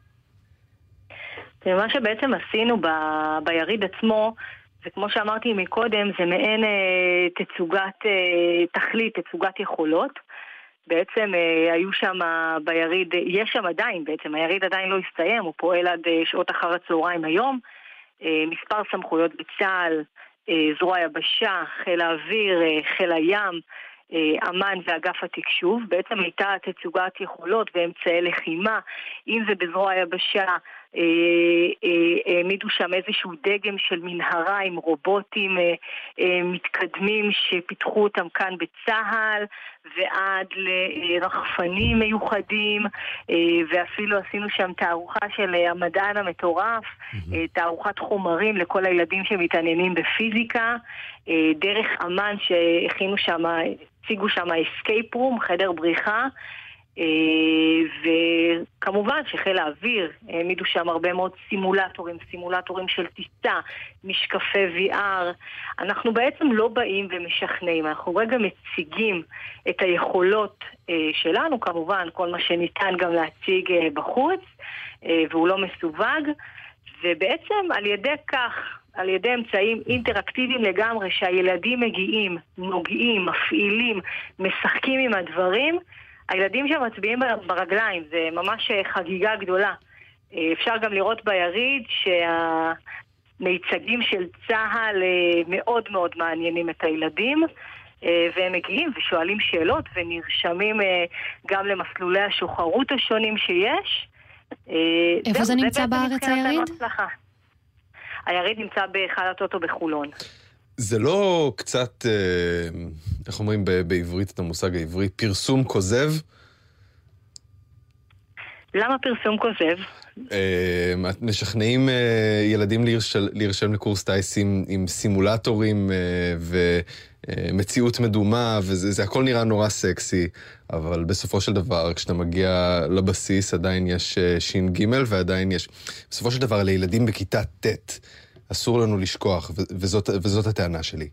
מה שבעצם עשינו ב- ביריד עצמו, זה כמו שאמרתי מקודם, זה מעין uh, תצוגת uh, תכלית, תצוגת יכולות. בעצם uh, היו שם ביריד, יש שם עדיין בעצם, היריד עדיין לא הסתיים, הוא פועל עד uh, שעות אחר הצהריים היום, מספר סמכויות בצה"ל, זרוע יבשה, חיל האוויר, חיל הים, אמן ואגף התקשוב. בעצם הייתה תצוגת יכולות ואמצעי לחימה, אם זה בזרוע יבשה, העמידו שם איזשהו דגם של מנהרה עם רובוטים מתקדמים שפיתחו אותם כאן בצה"ל, ועד לרחפנים מיוחדים, ואפילו עשינו שם תערוכה של המדען המטורף, תערוכת חומרים לכל הילדים שמתעניינים בפיזיקה, דרך אמן שהכינו שם, הציגו שם escape room, חדר בריחה, וכמובן שחיל האוויר העמידו שם הרבה מאוד סימולטורים, סימולטורים של טיסה, משקפי וי אר. אנחנו בעצם לא באים ומשכנעים, אנחנו רגע מציגים את היכולות שלנו, כמובן כל מה שניתן גם להציג בחוץ, והוא לא מסווג, ובעצם על ידי כך, על ידי אמצעים אינטראקטיביים לגמרי, שהילדים מגיעים, נוגעים, מפעילים, משחקים עם הדברים, הילדים שמצביעים ברגליים, זה ממש חגיגה גדולה. אפשר גם לראות ביריד שהמיצגים של צה"ל מאוד מאוד מעניינים את הילדים, והם מגיעים ושואלים שאלות ונרשמים גם למסלולי השוחרות השונים שיש. איפה זה נמצא בארץ היריד? היריד נמצא בהיכל הטוטו בחולון. זה לא קצת, איך אומרים בעברית את המושג העברי, פרסום כוזב? למה פרסום כוזב? משכנעים ילדים להירשם לקורס טייס עם סימולטורים ומציאות מדומה, וזה הכל נראה נורא סקסי, אבל בסופו של דבר, כשאתה מגיע לבסיס, עדיין יש שין גימל, ועדיין יש, בסופו של דבר, לילדים בכיתה ט' אסור לנו לשכוח, וזאת, וזאת הטענה שלי.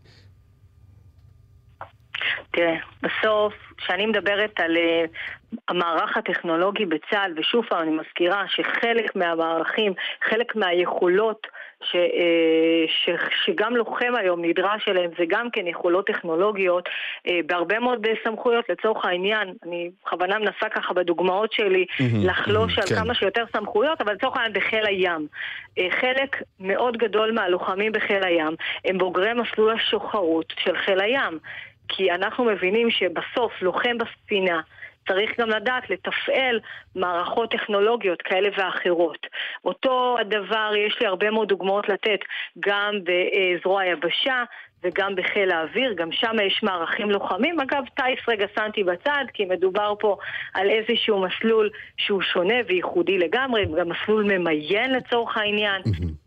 תראה, בסוף, כשאני מדברת על uh, המערך הטכנולוגי בצה"ל, ושוב פעם אני מזכירה שחלק מהמערכים, חלק מהיכולות ש, uh, ש, שגם לוחם היום נדרש אליהם, זה גם כן יכולות טכנולוגיות, uh, בהרבה מאוד סמכויות לצורך העניין, אני בכוונה מנסה ככה בדוגמאות שלי, mm-hmm, לחלוש mm-hmm, על כן. כמה שיותר סמכויות, אבל לצורך העניין בחיל הים. Uh, חלק מאוד גדול מהלוחמים בחיל הים, הם בוגרי מסלול השוחרות של חיל הים. כי אנחנו מבינים שבסוף לוחם בספינה צריך גם לדעת לתפעל מערכות טכנולוגיות כאלה ואחרות. אותו הדבר, יש לי הרבה מאוד דוגמאות לתת גם בזרוע היבשה וגם בחיל האוויר, גם שם יש מערכים לוחמים. אגב, טייס רגע שמתי בצד, כי מדובר פה על איזשהו מסלול שהוא שונה וייחודי לגמרי, גם מסלול ממיין לצורך העניין.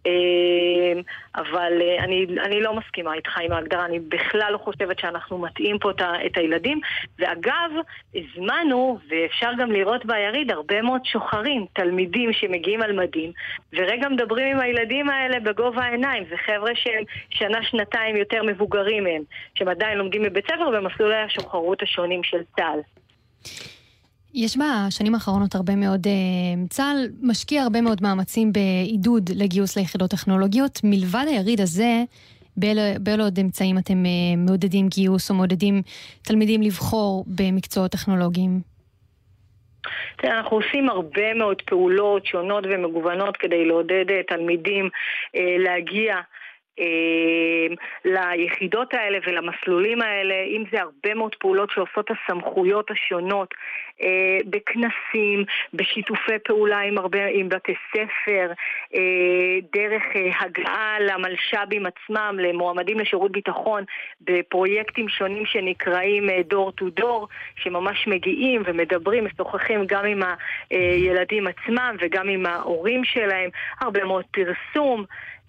אבל אני, אני לא מסכימה איתך עם ההגדרה, אני בכלל לא חושבת שאנחנו מטעים פה את הילדים. ואגב, הזמנו, ואפשר גם לראות ביריד, הרבה מאוד שוחרים, תלמידים שמגיעים על מדים, ורגע מדברים עם הילדים האלה בגובה העיניים. זה חבר'ה שהם שנה, שנתיים יותר מבוגרים מהם, שהם עדיין לומדים בבית ספר במסלולי השוחרות השונים של צה"ל. יש בשנים האחרונות הרבה מאוד, צה"ל משקיע הרבה מאוד מאמצים בעידוד לגיוס ליחידות טכנולוגיות. מלבד היריד הזה, באילו עוד אמצעים אתם מעודדים גיוס או מעודדים תלמידים לבחור במקצועות טכנולוגיים? אנחנו עושים הרבה מאוד פעולות שונות ומגוונות כדי לעודד תלמידים להגיע ליחידות האלה ולמסלולים האלה, אם זה הרבה מאוד פעולות שעושות הסמכויות השונות בכנסים, בשיתופי פעולה עם הרבה, עם בתי ספר, דרך הגעה למלש"בים עצמם, למועמדים לשירות ביטחון, בפרויקטים שונים שנקראים דור טו דור, שממש מגיעים ומדברים, משוחחים גם עם הילדים עצמם וגם עם ההורים שלהם, הרבה מאוד פרסום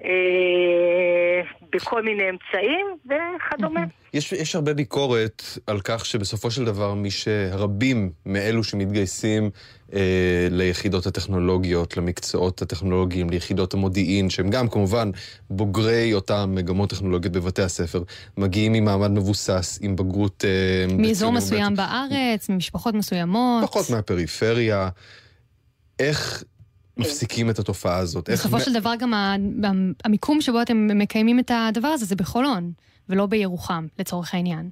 בכל מיני אמצעים וכדומה. יש, יש הרבה ביקורת על כך שבסופו של דבר מי שרבים מאלו שמתגייסים אה, ליחידות הטכנולוגיות, למקצועות הטכנולוגיים, ליחידות המודיעין, שהם גם כמובן בוגרי אותם מגמות טכנולוגיות בבתי הספר, מגיעים עם מעמד מבוסס, עם בגרות... אה, מאזור מסוים בית... בארץ, ממשפחות מסוימות. פחות מהפריפריה. איך... מפסיקים את התופעה הזאת. בסופו של דבר גם המיקום שבו אתם מקיימים את הדבר הזה, זה בחולון, ולא בירוחם, לצורך העניין.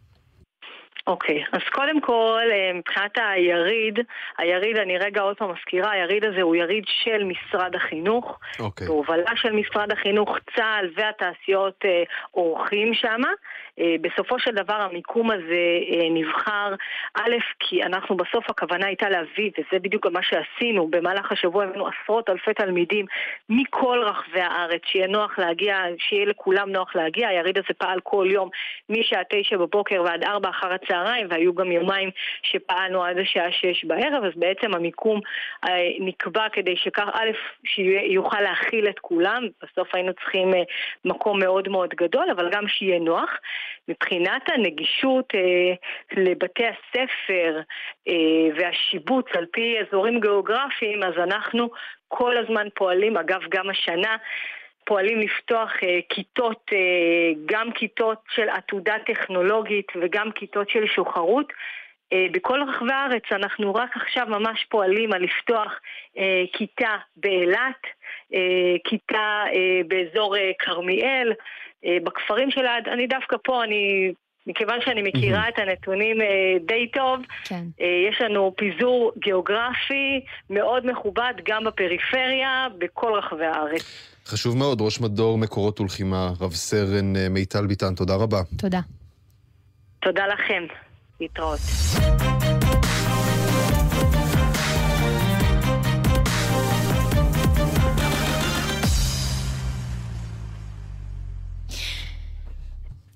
אוקיי, אז קודם כל, מבחינת היריד, היריד, אני רגע עוד פעם מזכירה, היריד הזה הוא יריד של משרד החינוך, אוקיי. בהובלה של משרד החינוך, צה"ל והתעשיות אורחים שם. בסופו של דבר המיקום הזה נבחר, א', כי אנחנו בסוף הכוונה הייתה להביא, וזה בדיוק מה שעשינו, במהלך השבוע הבאנו עשרות אלפי תלמידים מכל רחבי הארץ, שיהיה נוח להגיע, שיהיה לכולם נוח להגיע. היריד הזה פעל כל יום, משעה תשע בבוקר ועד ארבע אחר הצהריים, והיו גם יומיים שפעלנו עד השעה שש בערב, אז בעצם המיקום נקבע כדי שכך, א', שיוכל להכיל את כולם, בסוף היינו צריכים מקום מאוד מאוד גדול, אבל גם שיהיה נוח. מבחינת הנגישות אה, לבתי הספר אה, והשיבוץ על פי אזורים גיאוגרפיים, אז אנחנו כל הזמן פועלים, אגב גם השנה, פועלים לפתוח אה, כיתות, אה, גם כיתות של עתודה טכנולוגית וגם כיתות של שוחרות. אה, בכל רחבי הארץ אנחנו רק עכשיו ממש פועלים על לפתוח אה, כיתה באילת, אה, כיתה אה, באזור אה, קרמיאל, בכפרים שלה. אני דווקא פה, אני, מכיוון שאני מכירה את הנתונים די טוב, כן. יש לנו פיזור גיאוגרפי מאוד מכובד גם בפריפריה, בכל רחבי הארץ. חשוב מאוד, ראש מדור מקורות ולחימה, רב סרן מיטל ביטן, תודה רבה. תודה. תודה לכם, להתראות.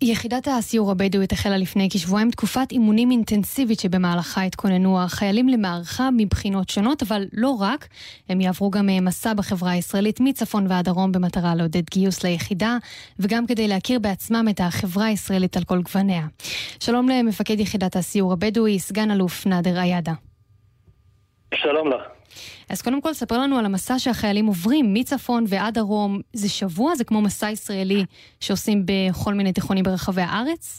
יחידת הסיור הבדואית החלה לפני כשבועיים תקופת אימונים אינטנסיבית שבמהלכה התכוננו החיילים למערכה מבחינות שונות, אבל לא רק, הם יעברו גם מסע בחברה הישראלית מצפון ועד דרום במטרה לעודד גיוס ליחידה, וגם כדי להכיר בעצמם את החברה הישראלית על כל גווניה. שלום למפקד יחידת הסיור הבדואי, סגן אלוף נאדר עיאדה. שלום לך. אז קודם כל ספר לנו על המסע שהחיילים עוברים מצפון ועד דרום. זה שבוע? זה כמו מסע ישראלי שעושים בכל מיני תיכונים ברחבי הארץ?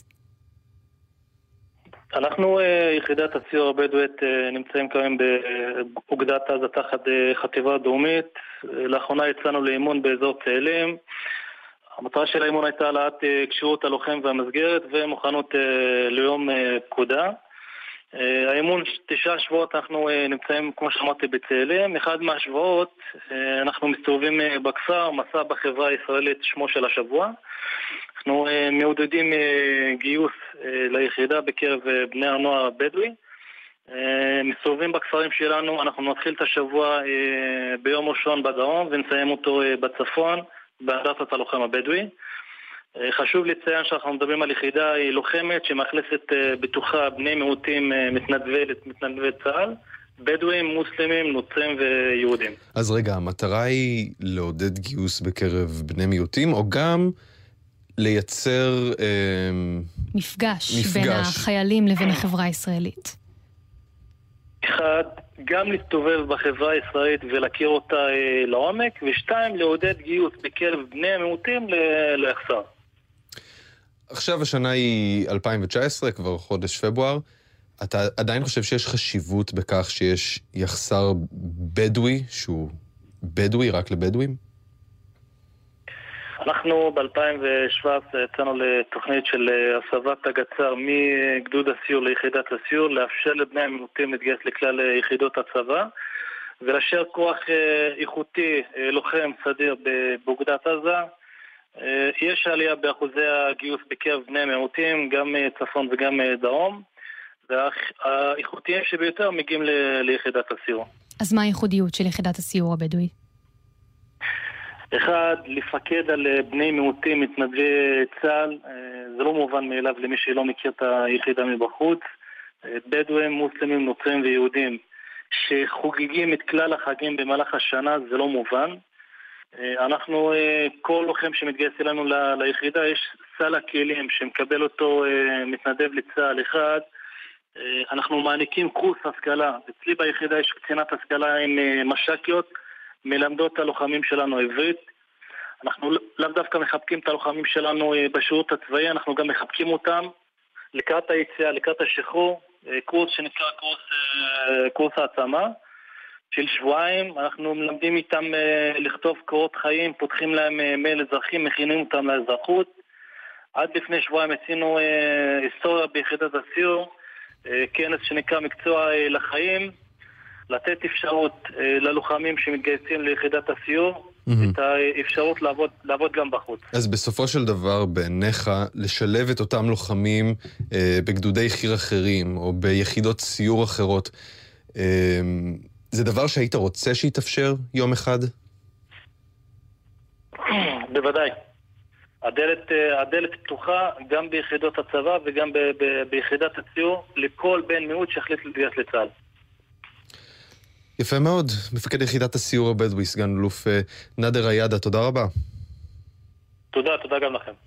אנחנו, יחידת הסיור הבדואית, נמצאים כיום באוגדת עזה תחת חטיבה דרומית. לאחרונה יצאנו לאימון באזור צאלים. המטרה של האימון הייתה העלאת כשירות הלוחם והמסגרת ומוכנות ליום פקודה. האימון תשעה שבועות אנחנו נמצאים, כמו שאמרתי, בצאלים. אחד מהשבועות אנחנו מסתובבים בכפר, מסע בחברה הישראלית שמו של השבוע. אנחנו מעודדים גיוס ליחידה בקרב בני הנוער הבדואי. מסתובבים בכפרים שלנו, אנחנו נתחיל את השבוע ביום ראשון בדרום ונסיים אותו בצפון, בהדסת הלוחם הבדואי. חשוב לציין שאנחנו מדברים על יחידה לוחמת שמאכלסת בתוכה בני מיעוטים מתנדבי, מתנדבי צה"ל, בדואים, מוסלמים, נוצרים ויהודים. אז רגע, המטרה היא לעודד גיוס בקרב בני מיעוטים, או גם לייצר אה, מפגש, מפגש בין החיילים לבין החברה הישראלית? אחד, גם להסתובב בחברה הישראלית ולהכיר אותה אה, לעומק, ושתיים, לעודד גיוס בקרב בני המיעוטים ליחסר. עכשיו השנה היא אלפיים תשע עשרה, כבר חודש פברואר. אתה עדיין חושב שיש חשיבות בכך שיש יחסר בדואי, שהוא בדואי רק לבדואים? אנחנו ב-אלפיים שבע עשרה יצאנו לתוכנית של הסבת הגצר מגדוד הסיור ליחידת הסיור, לאפשר לבני המיעוטים להתגייס לכלל יחידות הצבא, ולאשר כוח איכותי לוחם סדיר באוגדת עזה. יש עלייה באחוזי הגיוס בקרב בני המיעוטים, גם צפון וגם דרום, והאיכותיים שביותר מגיעים ליחידת הסיור. אז מה הייחודיות של יחידת הסיור הבדואי? אחד, לפקד על בני מיעוטים מתנדבי צה"ל, זה לא מובן מאליו למי שלא מכיר את היחידה מבחוץ. בדואים, מוסלמים, נוצרים ויהודים שחוגגים את כלל החגים במהלך השנה, זה לא מובן. אנחנו, כל לוחם שמתגייס אלינו ליחידה, יש סל הכלים שמקבל אותו מתנדב לצה"ל אחד. אנחנו מעניקים קורס השכלה. אצלי ביחידה יש קצינת השכלה עם מש"קיות, מלמדות הלוחמים שלנו עברית. אנחנו לאו דווקא מחבקים את הלוחמים שלנו בשירות הצבאי, אנחנו גם מחבקים אותם לקראת היציאה, לקראת השחרור, קורס שנקרא קורס, קורס העצמה של שבועיים. אנחנו מלמדים איתם לכתוב קורות חיים, פותחים להם מייל אזרחים, מכינים אותם לאזרחות. עד לפני שבועיים עשינו היסטוריה ביחידת הסיור, כנס שנקרא מקצוע לחיים, לתת אפשרות ללוחמים שמתגייסים ליחידת הסיור, את האפשרות לעבוד, לעבוד גם בחוץ. אז בסופו של דבר, בעיניך, לשלב את אותם לוחמים אה, בגדודי חי"ר אחרים, או ביחידות סיור אחרות, אה, זה דבר שהיית רוצה שיתאפשר יום אחד? בוודאי. הדלת, הדלת פתוחה גם ביחידות הצבא וגם ב, ב, ביחידת הסיור, לכל בן מיעוט שהחליט להתגייס לצה"ל. יפה מאוד. מפקד יחידת הסיור הבדואי, סגן אלוף נאדר עיאדה, תודה רבה. תודה, תודה גם לכם.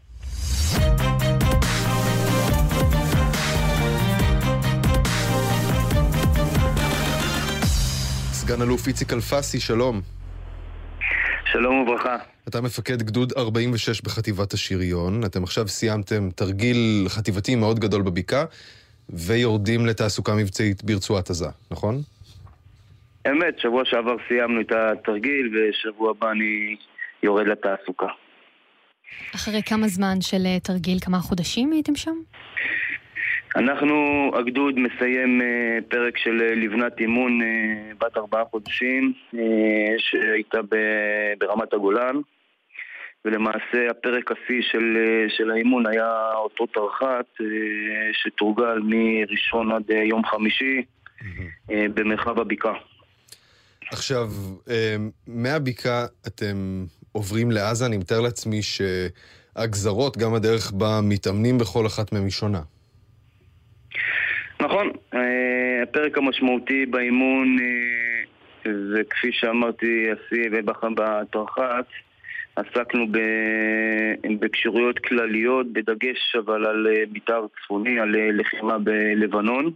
סגן אלוף איציק אלפסי, שלום. שלום וברכה. אתה מפקד גדוד ארבעים ושש בחטיבת השריון. אתם עכשיו סיימתם תרגיל חטיבתי מאוד גדול בבקעה, ויורדים לתעסוקה מבצעית ברצועת עזה, נכון? אמת, שבוע שעבר סיימנו את התרגיל, ושבוע הבא אני יורד לתעסוקה. אחרי כמה זמן של תרגיל, כמה חודשים הייתם שם? אנחנו, הגדוד מסיים פרק של לבנת אימון בת ארבעה חודשים, שהייתה ברמת הגולן, ולמעשה הפרק השיא של, של האימון היה אותו תרח"ט, שתורגל מראשון עד יום חמישי, במרחב הבקעה. עכשיו, מהבקעה אתם עוברים לעזה, אני מתאר לעצמי הגזרות, גם הדרך בה מתאמנים בכל אחת מהם היא שונה. נכון, הפרק המשמעותי באימון זה כפי שאמרתי השיא ובתרחץ, עסקנו בקשוריות כלליות, בדגש אבל על מתאר צפוני, על לחימה בלבנון.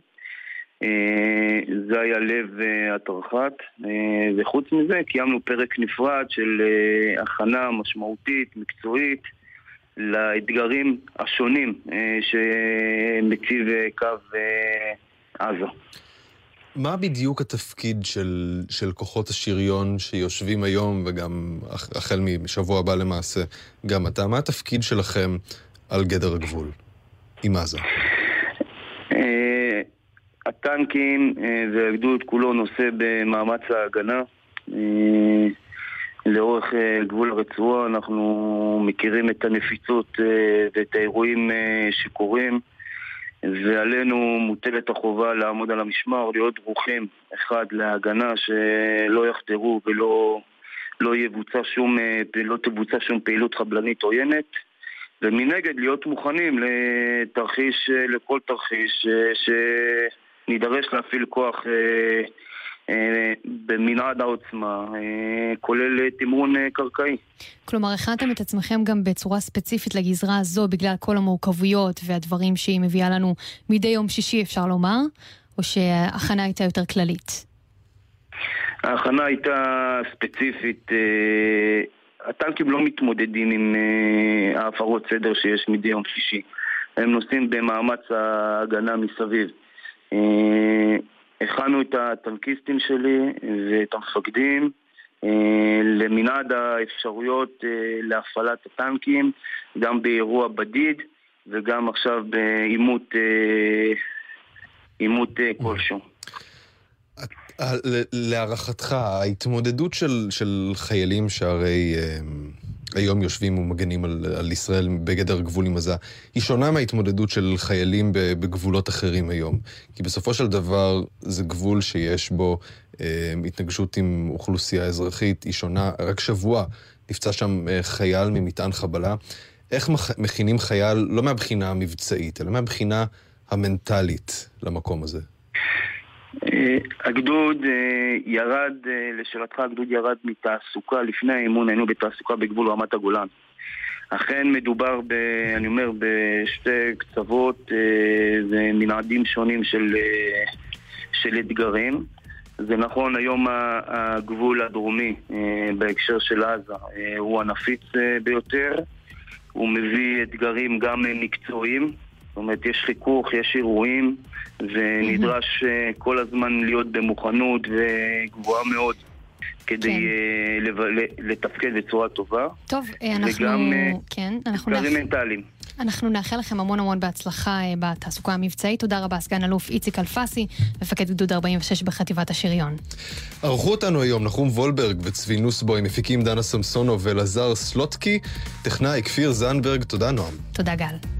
זה היה לב התרחת, וחוץ מזה קיימנו פרק נפרד של הכנה משמעותית, מקצועית, לאתגרים השונים שמציב קו עזה. מה בדיוק התפקיד של, של כוחות השריון שיושבים היום וגם החל משבוע הבא למעשה גם אתה? מה התפקיד שלכם על גדר הגבול עם עזה? הטנקים והגדוד כולו נושא במאמץ ההגנה לאורך גבול הרצועה. אנחנו מכירים את הנפיצות ואת האירועים שקורים, ועלינו מוטלת החובה לעמוד על המשמר, להיות דרוכים אחד להגנה שלא יחדרו ולא לא יבוצע שום, לא תבוצע שום פעילות חבלנית עוינת, ומנגד להיות מוכנים לתרחיש, לכל תרחיש שנידרש להפעיל כוח במנעד העוצמה, כולל תמרון קרקעי. כלומר, הכנתם את עצמכם גם בצורה ספציפית לגזרה הזו בגלל כל המורכבויות והדברים שהיא מביאה לנו מדי יום שישי, אפשר לומר, או שההכנה הייתה יותר כללית? ההכנה הייתה ספציפית. הטנקים לא מתמודדים עם ההפרות סדר שיש מדי יום שישי. הם נוסעים במאמץ ההגנה מסביב. הכנו את הטנקיסטים שלי ואת המפקדים למנעד האפשרויות להפעלת הטנקים, גם באירוע בדיד וגם עכשיו בעימות עימות כלשהו. להערכתך, ההתמודדות של, של חיילים שהרי היום יושבים ומגנים על, על ישראל בגדר גבול עם עזה, היא שונה מההתמודדות של חיילים בגבולות אחרים היום. כי בסופו של דבר זה גבול שיש בו אה, התנגשות עם אוכלוסייה אזרחית, היא שונה. רק שבוע נפצע שם אה, חייל ממטען חבלה. איך מכינים חייל, לא מהבחינה המבצעית, אלא מהבחינה המנטלית למקום הזה? הגדוד ירד, לשאלתך, הגדוד ירד מתעסוקה. לפני האימון היינו בתעסוקה בגבול רמת הגולן. אכן מדובר ב, אני אומר, בשתי קצוות ומנעדים שונים של, של אתגרים. זה נכון, היום הגבול הדרומי בהקשר של עזה הוא הנפיץ ביותר. הוא מביא אתגרים גם מקצועיים. זאת אומרת, יש חיכוך, יש אירועים, ונדרש כל הזמן להיות במוכנות וגבוהה מאוד כדי לתפקד בצורה טובה. טוב, אנחנו... וגם אתגרים מנטליים. אנחנו נאחל לכם המון המון בהצלחה בתעסוקה המבצעית. תודה רבה, סגן אלוף איציק אלפסי, מפקד גדוד ארבעים ושש בחטיבת השריון. ערכו אותנו היום נחום וולברג וצבי נוסבוי, מפיקים דנה סמסונוב ואלעזר סלוטקי, טכנאי כפיר זנברג. תודה נועם. תודה גל.